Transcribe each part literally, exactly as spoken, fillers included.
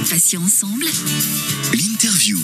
Patients ensemble. L'interview.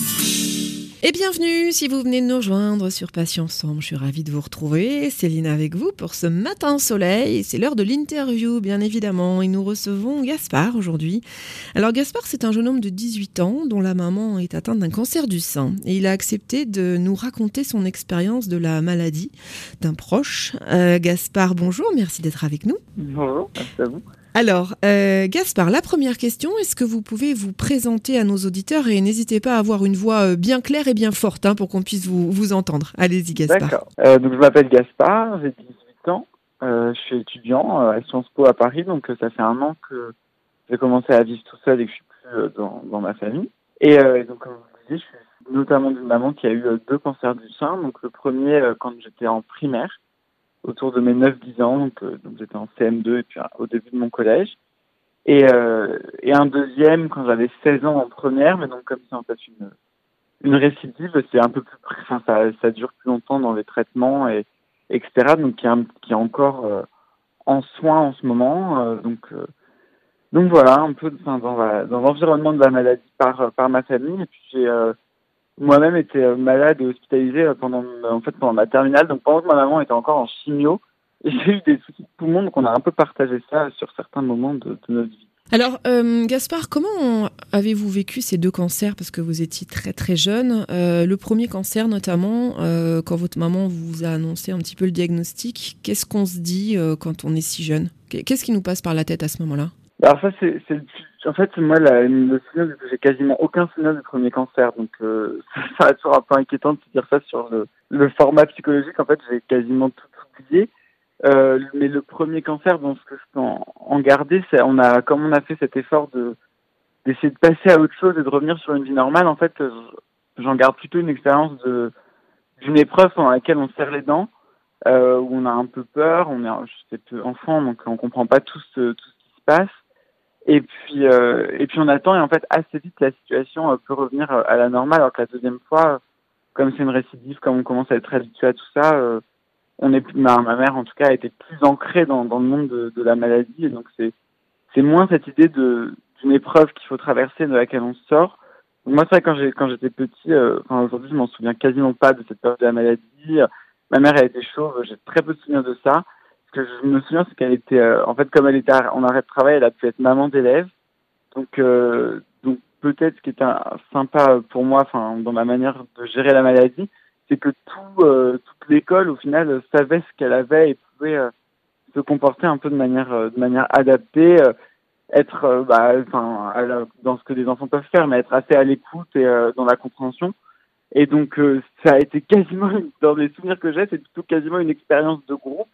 Et bienvenue si vous venez de nous rejoindre sur Patients ensemble. Je suis ravie de vous retrouver. Céline avec vous pour ce matin soleil. C'est l'heure de l'interview, bien évidemment. Et nous recevons Gaspard aujourd'hui. Alors Gaspard, c'est un jeune homme de dix-huit ans dont la maman est atteinte d'un cancer du sein. Et il a accepté de nous raconter son expérience de la maladie d'un proche. Euh, Gaspard, bonjour, merci d'être avec nous. Bonjour, merci à vous. Alors, euh, Gaspard, la première question, est-ce que vous pouvez vous présenter à nos auditeurs et n'hésitez pas à avoir une voix bien claire et bien forte hein, pour qu'on puisse vous, vous entendre. Allez-y, Gaspard. D'accord. Euh, donc, je m'appelle Gaspard, j'ai dix-huit ans, euh, je suis étudiant euh, à Sciences Po à Paris, donc euh, ça fait un an que j'ai commencé à vivre tout seul et que je suis plus euh, dans, dans ma famille. Et, euh, et donc, comme vous le disiez, je suis notamment d'une maman qui a eu euh, deux cancers du sein. Donc, le premier euh, quand j'étais en primaire, autour de mes neuf dix ans, donc, euh, donc j'étais en C M deux et puis euh, au début de mon collège. Et, euh, et un deuxième quand j'avais seize ans en première, mais donc comme c'est en fait une, une récidive, c'est un peu plus, enfin ça, ça dure plus longtemps dans les traitements et etc. Donc qui est, un, qui est encore euh, en soins en ce moment. Euh, donc euh, donc voilà un peu enfin, dans, la, dans l'environnement de la maladie par par ma famille. Et puis j'ai euh, moi-même été malade et hospitalisé pendant en fait pendant ma terminale. Donc pendant que ma maman était encore en chimio. Et j'ai eu des soucis de poumons, donc on a un peu partagé ça sur certains moments de, de notre vie. Alors, euh, Gaspard, comment avez-vous vécu ces deux cancers? Parce que vous étiez très très jeune. Euh, le premier cancer notamment, euh, quand votre maman vous a annoncé un petit peu le diagnostic, qu'est-ce qu'on se dit euh, quand on est si jeune? Qu'est-ce qui nous passe par la tête à ce moment-là? Alors ça, c'est, c'est le, en fait, moi, la, le souvenir, c'est que j'ai quasiment aucun souvenir du premier cancer. Donc, euh, ça va toujours un peu inquiétant de se dire ça sur le, le format psychologique. En fait, j'ai quasiment tout oublié. Euh, mais le premier cancer, bon, ce que je peux en, en garder, c'est on a, comme on a fait cet effort de d'essayer de passer à autre chose et de revenir sur une vie normale. En fait, j'en garde plutôt une expérience de d'une épreuve dans laquelle on serre les dents, euh, où on a un peu peur, on est, je sais peu enfant, donc on comprend pas tout ce tout ce qui se passe. Et puis euh, et puis on attend et en fait assez vite la situation euh, peut revenir à la normale. Alors que la deuxième fois, comme c'est une récidive, comme on commence à être habitué à tout ça. Euh, On est, ma, ma mère en tout cas a été plus ancrée dans, dans le monde de, de la maladie et donc c'est c'est moins cette idée de d'une épreuve qu'il faut traverser de laquelle on sort. Donc moi c'est vrai quand j'ai quand j'étais petit, euh, enfin aujourd'hui je m'en souviens quasiment pas de cette période de la maladie. Ma mère elle était chauve, j'ai très peu de souvenirs de ça. Ce que je me souviens c'est qu'elle était euh, en fait comme elle était en arrêt de travail, elle a pu être maman d'élève. Donc euh, donc peut-être ce qui était un, sympa pour moi, enfin dans ma manière de gérer la maladie, c'est que tout, euh, toute l'école, au final, euh, savait ce qu'elle avait et pouvait euh, se comporter un peu de manière, euh, de manière adaptée, euh, être, euh, bah, enfin, dans ce que les enfants peuvent faire, mais être assez à l'écoute et euh, dans la compréhension. Et donc, euh, ça a été quasiment, dans les souvenirs que j'ai, c'est plutôt quasiment une expérience de groupe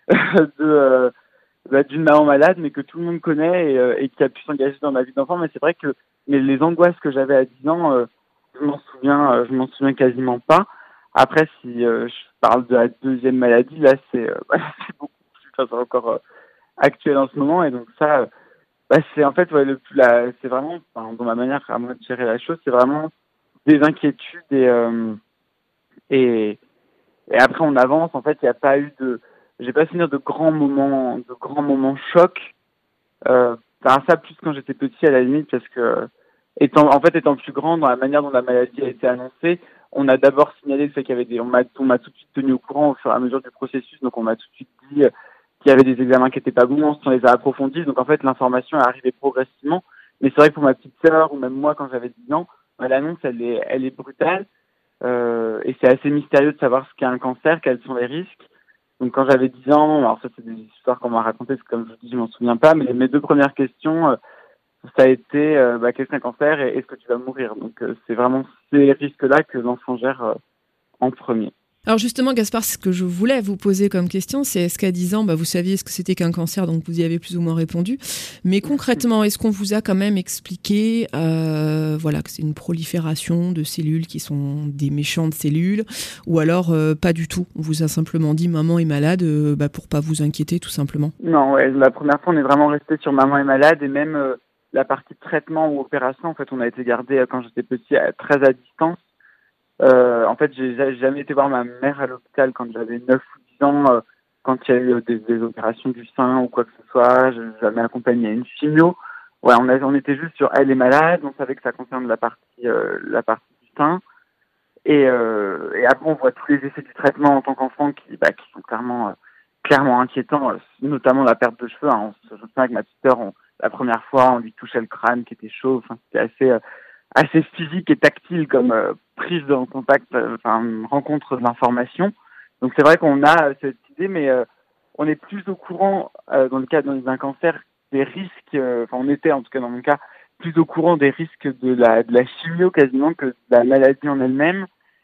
de euh, bah, d'une maman malade, mais que tout le monde connaît et, euh, et qui a pu s'engager dans ma vie d'enfant. Mais c'est vrai que mais les angoisses que j'avais à dix ans, euh, je m'en souviens, euh, je m'en souviens quasiment pas. Après, si euh, je parle de la deuxième maladie, là, c'est, euh, bah, c'est beaucoup plus, enfin, c'est encore euh, actuel en ce moment. Et donc ça, euh, bah, c'est en fait, ouais, le plus, la, c'est vraiment, enfin, dans ma manière à moi de gérer la chose, c'est vraiment des inquiétudes et, euh, et, et après on avance. En fait, il n'y a pas eu de, j'ai pas souvenir de grands moments, de grands moments chocs. Euh, enfin, ça plus quand j'étais petit à la limite, parce que étant, en fait, étant plus grand dans la manière dont la maladie a été annoncée. On a d'abord signalé le fait qu'il y avait des, on m'a, on m'a tout de suite tenu au courant au fur et à mesure du processus, donc on m'a tout de suite dit euh, qu'il y avait des examens qui étaient pas bons, on les a approfondis, donc en fait l'information est arrivée progressivement. Mais c'est vrai que pour ma petite sœur ou même moi quand j'avais dix ans, bah, l'annonce elle est, elle est brutale euh, et c'est assez mystérieux de savoir ce qu'est un cancer, quels sont les risques. Donc quand j'avais dix ans, alors ça c'est des histoires qu'on m'a racontées, parce que comme je vous dis, je m'en souviens pas, mais mes deux premières questions. Euh, ça a été euh, bah, qu'est-ce qu'un cancer et est-ce que tu vas mourir. Donc euh, c'est vraiment ces risques-là que l'enfant gère euh, en premier. Alors justement, Gaspard, ce que je voulais vous poser comme question, c'est est-ce qu'à dix ans, bah, vous saviez ce que c'était qu'un cancer, donc vous y avez plus ou moins répondu. Mais concrètement, est-ce qu'on vous a quand même expliqué euh, voilà, que c'est une prolifération de cellules qui sont des méchantes cellules, ou alors euh, pas du tout? On vous a simplement dit maman est malade euh, bah, pour pas vous inquiéter tout simplement. Non, ouais, la première fois, on est vraiment resté sur maman est malade et même euh, la partie traitement ou opération, en fait, on a été gardé euh, quand j'étais petit à, très à distance. Euh, en fait, j'ai, j'ai jamais été voir ma mère à l'hôpital quand j'avais neuf ou dix ans, euh, quand il y a eu des, des opérations du sein ou quoi que ce soit. Je n'ai jamais accompagné à une chimio. ouais, on, a, on était juste sur elle est malade, on savait que ça concerne la partie, euh, la partie du sein. Et, euh, et après, on voit tous les effets du traitement en tant qu'enfant qui, bah, qui sont clairement, euh, clairement inquiétants, euh, notamment la perte de cheveux. Hein. On se souvient avec ma petite sœur, on, la première fois, on lui touchait le crâne qui était chaud. Enfin, c'était assez, euh, assez physique et tactile comme euh, prise en contact, euh, enfin, rencontre d'informations. Donc c'est vrai qu'on a euh, cette idée, mais euh, on est plus au courant, euh, dans le cas d'un cancer, des risques, euh, enfin on était en tout cas dans mon cas, plus au courant des risques de la, de la chimio quasiment que de la maladie en elle-même.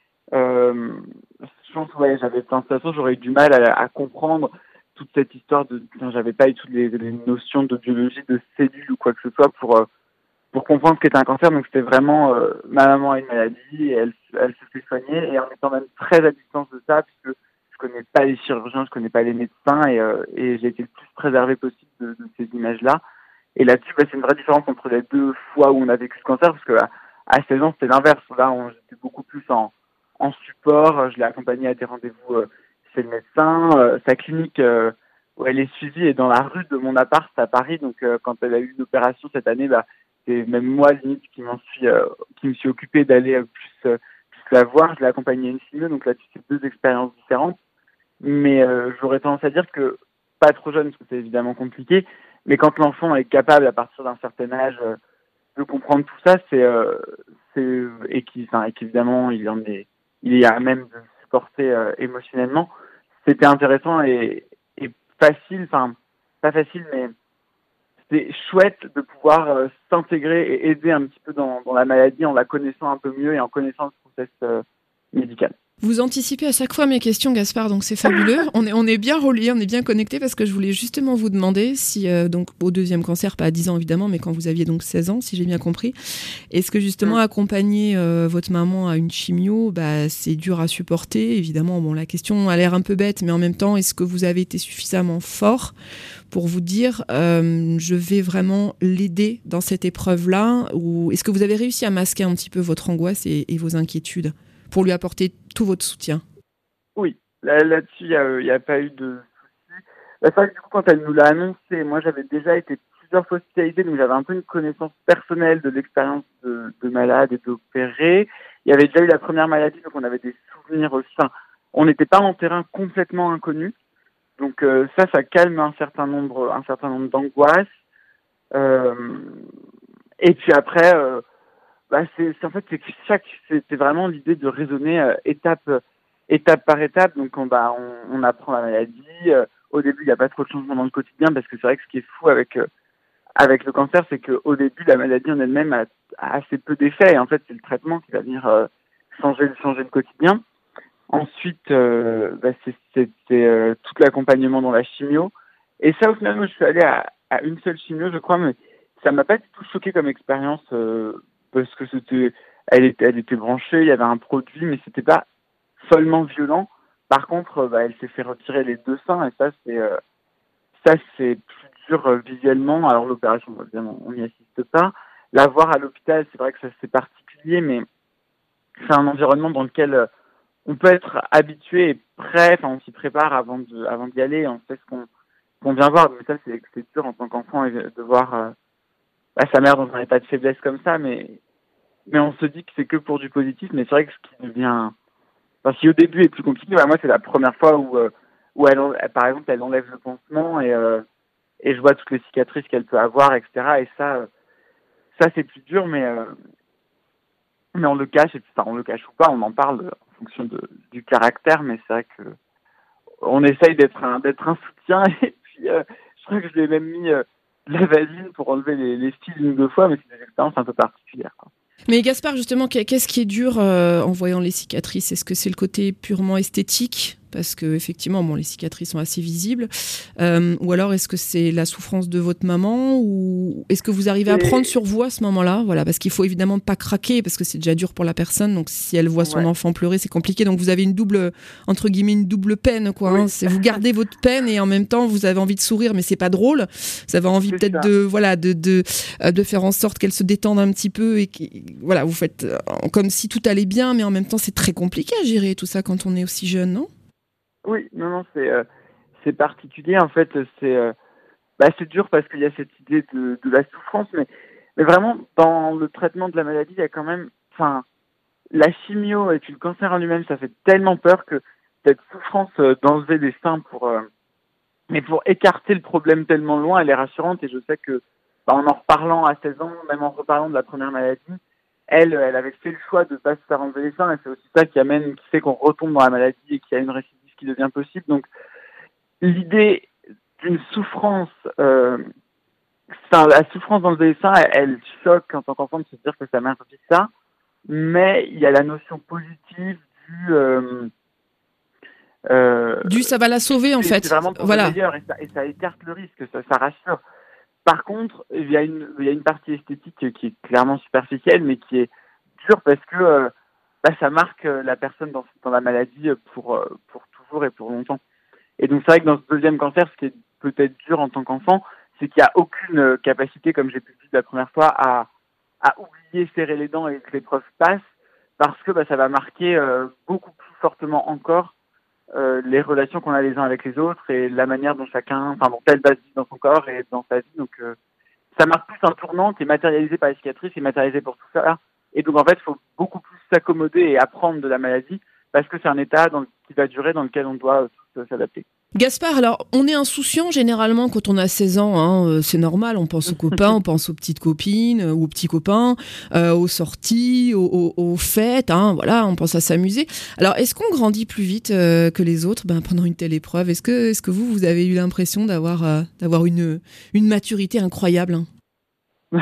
Euh, je pense que ouais, j'avais, de toute façon, j'aurais eu du mal à, à comprendre toute cette histoire de, enfin, j'avais pas eu toutes les, les notions de biologie de cellules ou quoi que ce soit pour euh, pour comprendre ce qu'était un cancer. Donc c'était vraiment euh, ma maman a une maladie et elle elle se fait soigner et en étant même très à distance de ça puisque je connais pas les chirurgiens, je connais pas les médecins et euh, et j'ai été le plus préservé possible de, de ces images-là. Et là-dessus, bah, c'est une vraie différence entre les deux fois où on a vécu le cancer parce que à, à seize ans c'était l'inverse. Là, on, j'étais beaucoup plus en en support, je l'ai accompagnée à des rendez-vous euh, chez le médecin. Euh, sa clinique euh, où elle est suivie est dans la rue de mon appart à Paris. Donc euh, quand elle a eu une opération cette année, bah, c'est même moi limite qui m'en suis, euh, qui me suis occupé d'aller euh, plus, euh, plus la voir. Je l'ai accompagnée à une chimio, donc là-dessus c'est deux expériences différentes. Mais euh, j'aurais tendance à dire que pas trop jeune, parce que c'est évidemment compliqué. Mais quand l'enfant est capable à partir d'un certain âge euh, de comprendre tout ça, c'est, euh, c'est et qui, enfin, et qu'évidemment il en est il est à même de le supporter euh, émotionnellement. C'était intéressant et, et facile, enfin, pas facile, mais c'était chouette de pouvoir euh, s'intégrer et aider un petit peu dans, dans la maladie en la connaissant un peu mieux et en connaissant le process euh, médical. Vous anticipez à chaque fois mes questions, Gaspard, donc c'est fabuleux. On est, on est bien reliés, on est bien connectés parce que je voulais justement vous demander si, euh, donc au deuxième cancer, pas à dix ans évidemment, mais quand vous aviez donc seize ans, si j'ai bien compris, est-ce que justement accompagner euh, votre maman à une chimio, bah, c'est dur à supporter, évidemment. Bon, la question a l'air un peu bête, mais en même temps, est-ce que vous avez été suffisamment fort pour vous dire euh, je vais vraiment l'aider dans cette épreuve-là, ou est-ce que vous avez réussi à masquer un petit peu votre angoisse et, et vos inquiétudes pour lui apporter tout votre soutien? Oui, là, là-dessus, il n'y a, y a pas eu de souci. C'est vrai que du coup, quand elle nous l'a annoncé, moi j'avais déjà été plusieurs fois hospitalisée, donc j'avais un peu une connaissance personnelle de l'expérience de, de malade et d'opérer. Il y avait déjà eu la première maladie, donc on avait des souvenirs aussi. Enfin, on n'était pas en terrain complètement inconnu. Donc euh, ça, ça calme un certain nombre, un certain nombre d'angoisses. Euh, et puis après... Euh, Bah c'est, c'est en fait c'est que chaque c'était vraiment l'idée de raisonner euh, étape étape par étape. Donc on bah on, on apprend la maladie. Euh, au début il n'y a pas trop de changements dans le quotidien parce que c'est vrai que ce qui est fou avec euh, avec le cancer c'est que au début la maladie en elle-même a, a assez peu d'effets et en fait c'est le traitement qui va venir euh, changer changer le quotidien. Ensuite euh, bah, c'est c'est, c'est euh, tout l'accompagnement dans la chimio et ça au final moi je suis allé à, à une seule chimio je crois mais ça m'a pas du tout choqué comme expérience. Euh, parce que c'était, elle était, elle était branchée, il y avait un produit, mais c'était pas follement violent. Par contre, bah, elle s'est fait retirer les deux seins, et ça, c'est, euh, ça, c'est plus dur euh, visuellement. Alors, l'opération, évidemment, on n'y assiste pas. La voir à l'hôpital, c'est vrai que ça, c'est particulier, mais c'est un environnement dans lequel euh, on peut être habitué et prêt, enfin, on s'y prépare avant de, avant d'y aller, on sait ce qu'on, qu'on vient voir. Mais ça, c'est, c'est dur en tant qu'enfant de voir, euh, bah, sa mère dans un état de faiblesse comme ça, mais, mais on se dit que c'est que pour du positif, mais c'est vrai que ce qui devient, enfin, si au début est plus compliqué, bah, moi, c'est la première fois où, euh, où elle, elle, par exemple, elle enlève le pansement et, euh, et je vois toutes les cicatrices qu'elle peut avoir, et cetera. Et ça, euh, ça, c'est plus dur, mais, euh, mais on le cache, et puis, enfin, on le cache ou pas, on en parle en fonction de, du caractère, mais c'est vrai que on essaye d'être un, d'être un soutien, et puis, euh, je crois que je l'ai même mis, euh, de la vaseline pour enlever les, les cils une ou deux fois, mais c'est des expériences un peu particulières, quoi. Mais Gaspard, justement, qu'est-ce qui est dur euh, en voyant les cicatrices? Est-ce que c'est le côté purement esthétique? Parce que effectivement, bon, les cicatrices sont assez visibles. Euh, ou alors, est-ce que c'est la souffrance de votre maman? Ou est-ce que vous arrivez à prendre sur vous à ce moment-là? Voilà, parce qu'il faut évidemment pas craquer, parce que c'est déjà dur pour la personne. Donc, si elle voit son ouais. enfant pleurer, c'est compliqué. Donc, vous avez une double, entre guillemets, une double peine, quoi. Oui. Hein. C'est vous gardez votre peine et en même temps, vous avez envie de sourire, mais c'est pas drôle. Vous avez envie c'est peut-être ça. de, voilà, de, de, de faire en sorte qu'elle se détende un petit peu et que, voilà, vous faites comme si tout allait bien, mais en même temps, c'est très compliqué à gérer tout ça quand on est aussi jeune, non? Oui, non, non, c'est, euh, c'est particulier. En fait, c'est, euh, bah, c'est dur parce qu'il y a cette idée de, de la souffrance, mais, mais vraiment, dans le traitement de la maladie, il y a quand même, enfin, la chimio et puis le cancer en lui-même, ça fait tellement peur que cette souffrance euh, d'enlever des seins pour, euh, mais pour écarter le problème tellement loin, elle est rassurante. Et je sais que, bah, en en reparlant à seize ans, même en reparlant de la première maladie, elle, elle avait fait le choix de pas se faire enlever les seins, et c'est aussi ça qui amène, qui fait qu'on retombe dans la maladie et qu'il y a une récidive qui devient possible. Donc, l'idée d'une souffrance, euh, enfin, la souffrance d'enlever les seins, elle, elle choque en tant qu'enfant de se dire que sa mère vit ça, mais il y a la notion positive du, euh, euh, Du ça va la sauver en c'est, fait. c'est vraiment pour Voilà. le meilleur, et ça, et ça écarte le risque, ça, ça rassure. Par contre, il y a une, il y a une partie esthétique qui est clairement superficielle, mais qui est dure parce que euh, bah, ça marque euh, la personne dans, dans la maladie pour, euh, pour toujours et pour longtemps. Et donc c'est vrai que dans ce deuxième cancer, ce qui est peut-être dur en tant qu'enfant, c'est qu'il n'y a aucune euh, capacité, comme j'ai pu le dire la première fois, à, à oublier, serrer les dents et que l'épreuve passe, parce que bah, ça va marquer euh, beaucoup plus fortement encore euh, les relations qu'on a les uns avec les autres et la manière dont chacun, enfin dont elle va vivre dans son corps et dans sa vie. Donc euh, ça marque plus un tournant qui est matérialisé par les cicatrices et matérialisé pour tout ça. Et donc en fait, il faut beaucoup plus s'accommoder et apprendre de la maladie parce que c'est un état dans, qui va durer, dans lequel on doit tous s'adapter. Gaspard, alors on est insouciant généralement quand on a seize ans, hein, euh, c'est normal, on pense aux copains, on pense aux petites copines euh, ou aux petits copains, euh, aux sorties, aux, aux, aux fêtes, hein, voilà, on pense à s'amuser. Alors est-ce qu'on grandit plus vite euh, que les autres ben, pendant une telle épreuve? Est-ce que, est-ce que vous, vous avez eu l'impression d'avoir, euh, d'avoir une, une maturité incroyable, hein?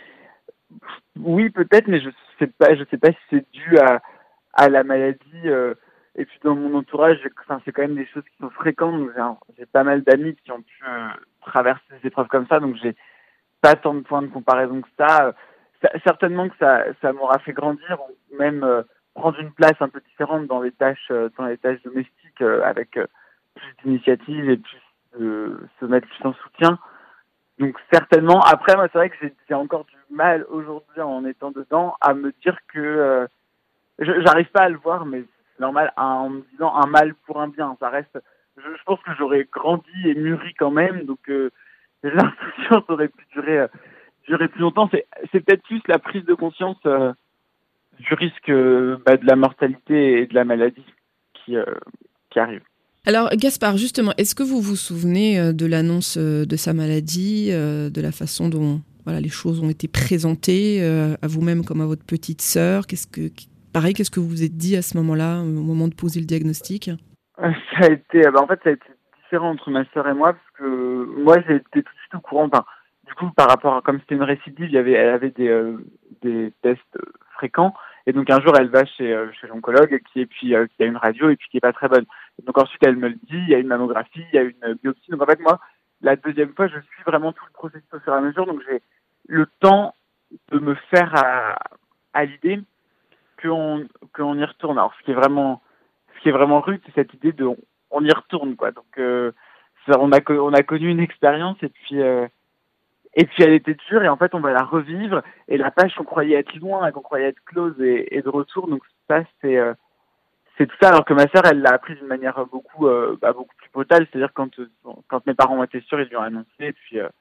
Oui, peut-être, mais je sais pas, je sais pas si c'est dû à, à la maladie. Euh, et puis dans mon entourage, enfin, c'est quand même des choses qui sont fréquentes. Donc j'ai, un, j'ai pas mal d'amis qui ont pu euh, traverser des épreuves comme ça, donc j'ai pas tant de points de comparaison que ça. ça certainement que ça, ça m'aura fait grandir, ou même euh, prendre une place un peu différente dans les tâches, euh, dans les tâches domestiques, euh, avec euh, plus d'initiative et plus de se mettre plus en soutien. Donc certainement. Après, moi, c'est vrai que j'ai, j'ai encore du mal aujourd'hui en étant dedans à me dire que euh, je, j'arrive pas à le voir, mais c'est normal, en me disant un mal pour un bien. Ça reste. Je, je pense que j'aurais grandi et mûri quand même, donc euh, l'insouciance aurait pu durer, euh, durer plus longtemps. C'est, c'est peut-être plus la prise de conscience euh, du risque euh, bah, de la mortalité et de la maladie qui, euh, qui arrive. Alors Gaspard, justement, est-ce que vous vous souvenez de l'annonce de sa maladie, de la façon dont voilà, les choses ont été présentées à vous-même comme à votre petite sœur? Qu'est-ce que, pareil, qu'est-ce que vous vous êtes dit à ce moment-là, au moment de poser le diagnostic? Ça a été, bah en fait, ça a été différent entre ma sœur et moi, parce que moi, j'ai été tout de suite au courant. Enfin, du coup, par rapport à, comme c'était une récidive, il y avait, elle avait des, euh, des tests fréquents. Et donc, un jour, elle va chez, euh, chez l'oncologue, qui, et puis, euh, qui a une radio, et puis qui est pas très bonne. Et donc, ensuite, elle me le dit, il y a une mammographie, il y a une biopsie. Donc, en fait, moi, la deuxième fois, je suis vraiment tout le processus au fur et à mesure. Donc, j'ai le temps de me faire à, à l'idée qu'on, qu'on y retourne. Alors, ce qui est vraiment, ce qui est vraiment rude, c'est cette idée de, on, on y retourne, quoi. Donc, euh, ça, on a, on a connu une expérience, et puis, euh, et puis elle était dure, et en fait on va la revivre, et la page qu'on croyait être loin, qu'on croyait être close et, et de retour. Donc ça c'est euh, c'est tout ça, alors que ma sœur elle l'a appris d'une manière beaucoup euh, bah, beaucoup plus brutale, c'est-à-dire quand euh, quand mes parents étaient sûrs, ils lui ont annoncé, et puis euh,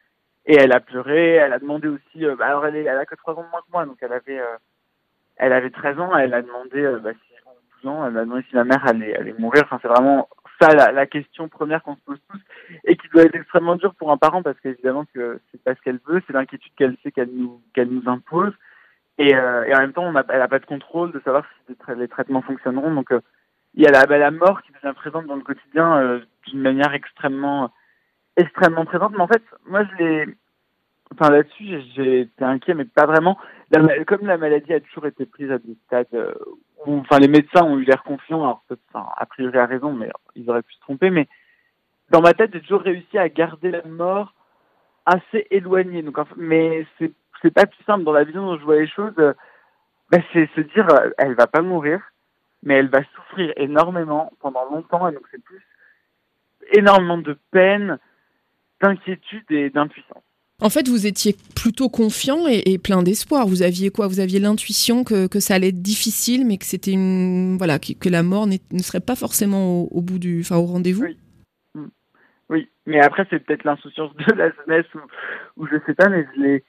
et elle a pleuré, elle a demandé aussi, euh, bah, alors elle est, elle a que trois ans de moins que moi, donc elle avait euh, elle avait treize ans, elle a demandé euh, bah, si douze ans, elle m'a demandé si ma mère allait allait mourir. Enfin c'est vraiment ça la, la question première qu'on se pose tous, et qui doit être extrêmement dure pour un parent, parce qu'évidemment que c'est pas ce qu'elle veut, c'est l'inquiétude qu'elle sait qu'elle nous qu'elle nous impose, et, euh, et en même temps on a, elle a pas de contrôle de savoir si les, tra- les traitements fonctionneront. Donc euh, il y a la, bah, la mort qui devient présente dans le quotidien euh, d'une manière extrêmement extrêmement présente. Mais en fait moi je l'ai, enfin là-dessus j'ai, j'ai été inquiet, mais pas vraiment. La, comme la maladie a toujours été prise à des stades euh, où, enfin les médecins ont eu l'air confiants, alors peut-être, enfin, a priori à raison, mais ils auraient pu se tromper, mais dans ma tête, j'ai toujours réussi à garder la mort assez éloignée. Donc, enfin, mais c'est c'est pas plus simple dans la vision dont je vois les choses. Euh, bah, c'est se dire, euh, elle va pas mourir, mais elle va souffrir énormément pendant longtemps, et donc c'est plus énormément de peine, d'inquiétude et d'impuissance. En fait, vous étiez plutôt confiant et, et plein d'espoir. Vous aviez quoi? Vous aviez l'intuition que, que ça allait être difficile, mais que c'était une, voilà, que, que la mort ne serait pas forcément au, au bout du, enfin, au rendez-vous. Oui. Oui, mais après, c'est peut-être l'insouciance de la jeunesse ou, ou je sais pas, mais je l'ai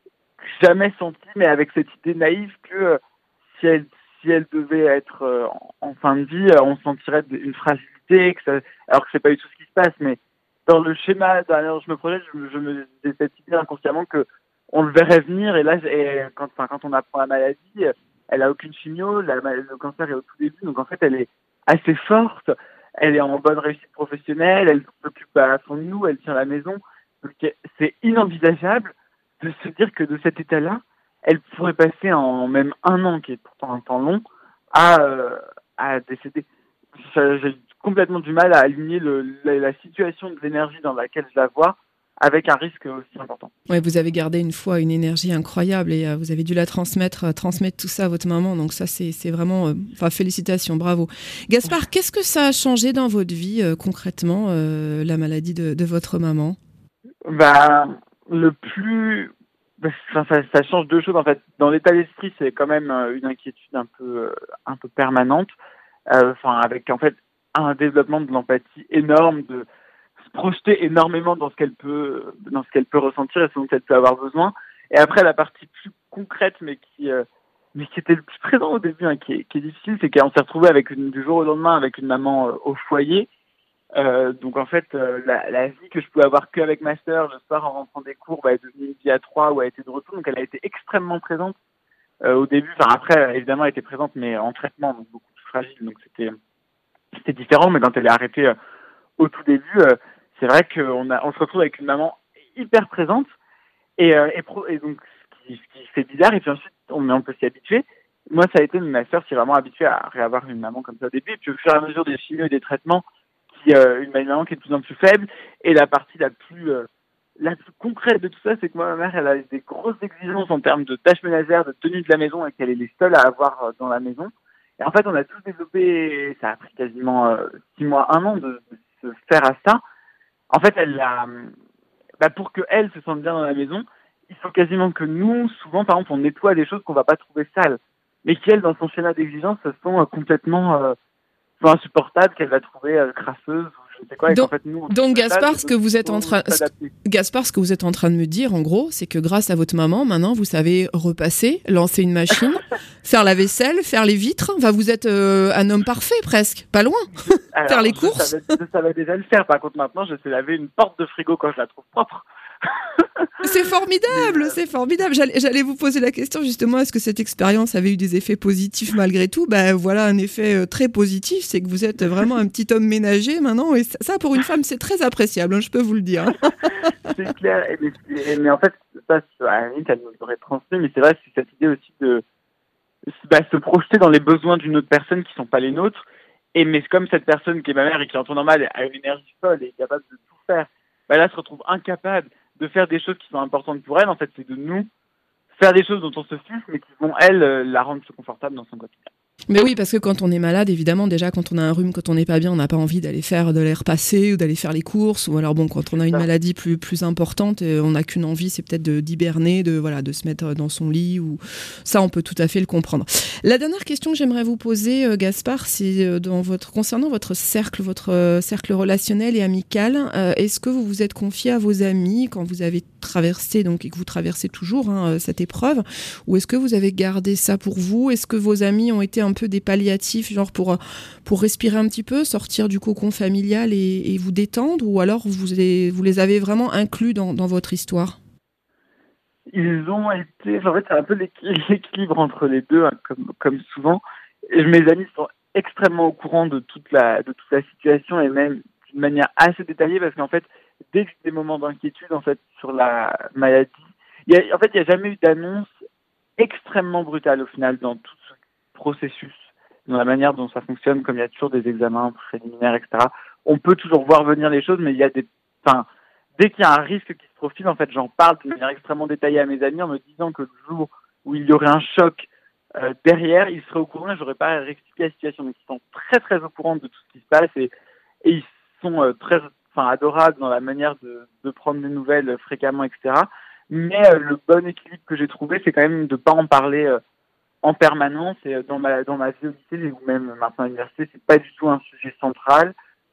jamais senti, mais avec cette idée naïve que euh, si elle, si elle devait être euh, en, en fin de vie, euh, on sentirait une fragilité, que ça, alors que c'est pas du tout ce qui se passe, mais dans le schéma, dans, je me projette, je, me- je me, j'ai cette idée inconsciemment que on le verrait venir, et là, et quand, enfin, quand on apprend la maladie, euh, elle a aucune chimio, la, le cancer est au tout début, donc en fait, elle est assez forte, elle est en bonne réussite professionnelle, elle s'occupe à fond de nous, elle tient la maison, donc c'est inenvisageable de se dire que de cet état-là, elle pourrait passer en même un an, qui est pourtant un temps long, à, euh, à décéder. Ça, j'ai complètement du mal à aligner le, la, la situation de l'énergie dans laquelle je la vois avec un risque aussi important. Ouais, vous avez gardé une foi, une énergie incroyable et euh, vous avez dû la transmettre, euh, transmettre tout ça à votre maman. Donc ça, c'est, c'est vraiment, euh, enfin, félicitations, bravo. Gaspard, qu'est-ce que ça a changé dans votre vie euh, concrètement, euh, la maladie de, de votre maman? Bah, le plus, bah, ça, ça, ça change deux choses en fait. Dans l'état d'esprit, c'est quand même euh, une inquiétude un peu, euh, un peu permanente. Euh, Enfin, avec en fait un développement de l'empathie énorme, de se projeter énormément dans ce qu'elle peut, dans ce qu'elle peut ressentir et ce dont elle peut avoir besoin. Et après, la partie plus concrète, mais qui, euh, mais qui était le plus présent au début, hein, qui, est, qui est difficile, c'est qu'on s'est retrouvé avec une, du jour au lendemain avec une maman euh, au foyer. Euh, donc en fait, euh, la, la vie que je pouvais avoir qu'avec ma sœur le soir en rentrant des cours, bah, est devenue une vie à trois où elle était de retour. Donc elle a été extrêmement présente euh, au début. Enfin après, évidemment, elle était présente, mais en traitement, donc beaucoup plus fragile. Donc c'était c'était différent. Mais quand elle est arrêtée euh, au tout début, euh, c'est vrai qu'on a on se retrouve avec une maman hyper présente et, euh, et, pro, et donc ce qui, ce qui fait bizarre. Et puis ensuite, on, on peut s'y habituer. Moi, ça a été ma sœur s'est vraiment habituée à réavoir une maman comme ça au début. Et puis au fur et à mesure des chimios et des traitements, qui euh, une maman qui est de plus en plus faible. Et la partie la plus euh, la plus concrète de tout ça, c'est que moi, ma mère, elle a des grosses exigences en termes de tâches ménagères, de tenue de la maison, et qu'elle est les seules à avoir euh, dans la maison. Et en fait, on a tous développé, ça a pris quasiment euh, six mois, un an de, de se faire à ça. En fait, elle a, bah, pour que elle se sente bien dans la maison, il faut quasiment que nous, souvent, par exemple, on nettoie des choses qu'on va pas trouver sales, mais qui, elle, dans son schéma d'exigence, se sont euh, complètement euh, sont insupportables, qu'elle va trouver euh, crasseuses ou je ne sais quoi, et Donc, qu'en fait nous on donc Gaspard, ça, ce que vous êtes en train, Gaspard, ce que vous êtes en train de me dire, en gros, c'est que grâce à votre maman, maintenant, vous savez repasser, lancer une machine, faire la vaisselle, faire les vitres. Enfin, vous êtes euh, un homme parfait, presque, pas loin. Alors, faire les je courses. savais, je savais déjà le faire. Par contre, maintenant, je sais laver une porte de frigo quand je la trouve propre. C'est formidable, euh... c'est formidable. J'allais, j'allais vous poser la question justement, est-ce que cette expérience avait eu des effets positifs malgré tout? Ben voilà, un effet euh, très positif, c'est que vous êtes vraiment un petit homme ménager maintenant, et ça, pour une femme, c'est très appréciable, hein, je peux vous le dire. C'est clair, mais, mais en fait, ça, à la limite, elle nous aurait transmis, mais c'est vrai, c'est cette idée aussi de bah, se projeter dans les besoins d'une autre personne qui sont pas les nôtres. Et mais comme cette personne qui est ma mère et qui en temps normal a une énergie folle et est capable de tout faire, bah là se retrouve incapable de faire des choses qui sont importantes pour elle. En fait, c'est de nous faire des choses dont on se fiche, mais qui vont elle la rendre plus confortable dans son quotidien. Mais oui, parce que quand on est malade, évidemment, déjà quand on a un rhume, quand on n'est pas bien, on n'a pas envie d'aller faire de l'air passé ou d'aller faire les courses. Ou alors bon, quand on a une maladie plus plus importante, on n'a qu'une envie, c'est peut-être de d'hiberner, de voilà, de se mettre dans son lit. Ou ça, on peut tout à fait le comprendre. La dernière question que j'aimerais vous poser, euh, Gaspard, c'est dans votre concernant votre cercle, votre euh, cercle relationnel et amical. Euh, est-ce que vous vous êtes confié à vos amis quand vous avez traversé donc et que vous traversez toujours hein, cette épreuve, ou est-ce que vous avez gardé ça pour vous? Est-ce que vos amis ont été un peu des palliatifs, genre pour, pour respirer un petit peu, sortir du cocon familial et, et vous détendre, ou alors vous les, vous les avez vraiment inclus dans, dans votre histoire? Ils ont été, en fait, c'est un peu l'équilibre entre les deux, hein, comme, comme souvent. Et mes amis sont extrêmement au courant de toute la, de toute la situation et même d'une manière assez détaillée parce qu'en fait, dès que j'ai des moments d'inquiétude, en fait, sur la maladie, il y a, en fait, il n'y a jamais eu d'annonce extrêmement brutale au final dans tout ce processus, dans la manière dont ça fonctionne, comme il y a toujours des examens préliminaires, et cetera. On peut toujours voir venir les choses, mais il y a des, enfin, dès qu'il y a un risque qui se profile, en fait, j'en parle de manière extrêmement détaillée à mes amis en me disant que le jour où il y aurait un choc euh, derrière, ils seraient au courant et j'aurais pas à réexpliquer la situation. Donc, ils sont très, très au courant de tout ce qui se passe et, et ils sont euh, très, enfin, adorables dans la manière de, de prendre des nouvelles fréquemment, et cetera. Mais euh, le bon équilibre que j'ai trouvé, c'est quand même de pas en parler euh, en permanence. Et dans ma dans ma vie au lycée ou même maintenant à l'université, c'est pas du tout un sujet central.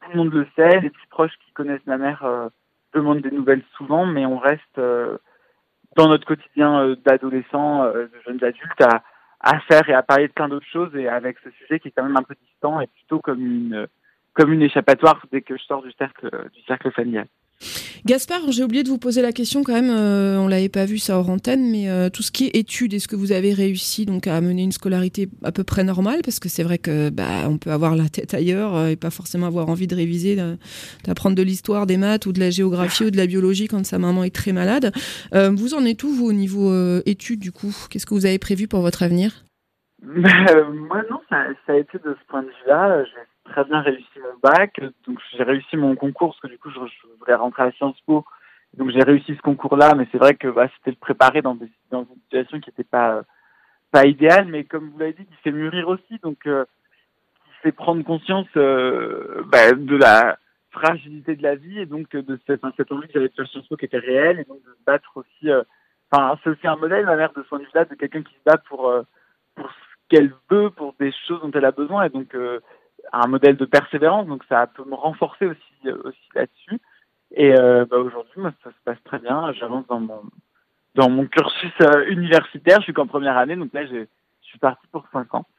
tout le monde le sait. Les petits proches qui connaissent ma mère euh, demandent des nouvelles souvent, mais on reste euh, dans notre quotidien euh, d'adolescents, euh, de jeunes adultes, à, à faire et à parler de plein d'autres choses, et avec ce sujet qui est quand même un peu distant et plutôt comme une, comme une échappatoire dès que je sors du cercle, du cercle familial. Gaspard, j'ai oublié de vous poser la question quand même, euh, on l'avait pas vu ça hors antenne, mais euh, tout ce qui est études, est-ce que vous avez réussi donc à mener une scolarité à peu près normale? Parce que c'est vrai que bah, on peut avoir la tête ailleurs euh, et pas forcément avoir envie de réviser, de, d'apprendre de l'histoire, des maths ou de la géographie ou de la biologie quand sa maman est très malade. Euh, vous en êtes où, vous, au niveau euh, études, du coup? Qu'est-ce que vous avez prévu pour votre avenir? Bah, euh, moi non, ça, ça a été de ce point de vue-là. J'ai très bien réussi mon bac, donc j'ai réussi mon concours parce que du coup je, je voulais rentrer à Sciences Po, donc j'ai réussi ce concours-là, mais c'est vrai que bah, c'était le préparer dans, des, dans une situation qui n'était pas euh, pas idéale, mais comme vous l'avez dit, qui fait mûrir aussi, donc euh, qui fait prendre conscience euh, bah, de la fragilité de la vie et donc de cette, enfin, cette envie que j'avais de faire Sciences Po qui était réelle, et donc de se battre aussi. Euh, enfin, c'est aussi un modèle, ma mère, de ce point de vue-là, de quelqu'un qui se bat pour euh, pour qu'elle veut, pour des choses dont elle a besoin, et donc euh, un modèle de persévérance, donc ça peut me renforcer aussi euh, aussi là-dessus. Et euh, bah, aujourd'hui, moi, ça se passe très bien. J'avance dans mon dans mon cursus euh, universitaire. Je suis qu'en première année, donc là, j'ai, je suis parti pour cinq ans.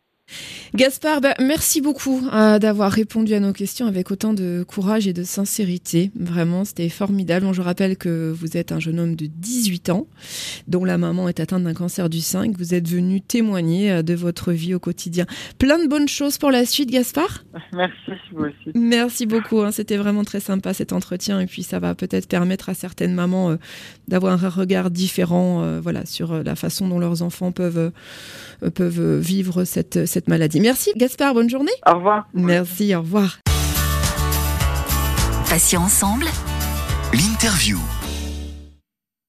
Gaspard, bah, merci beaucoup euh, d'avoir répondu à nos questions avec autant de courage et de sincérité. Vraiment, c'était formidable. Bon, je rappelle que vous êtes un jeune homme de dix-huit ans, dont la maman est atteinte d'un cancer du sein, que vous êtes venu témoigner euh, de votre vie au quotidien. Plein de bonnes choses pour la suite, Gaspard. Merci, vous aussi. Merci beaucoup. Hein, c'était vraiment très sympa cet entretien, et puis ça va peut-être permettre à certaines mamans euh, d'avoir un regard différent, euh, voilà, sur euh, la façon dont leurs enfants peuvent euh, peuvent vivre cette cette maladie. Merci Gaspard, bonne journée. Au revoir. Merci, au revoir. Patients ensemble. L'interview.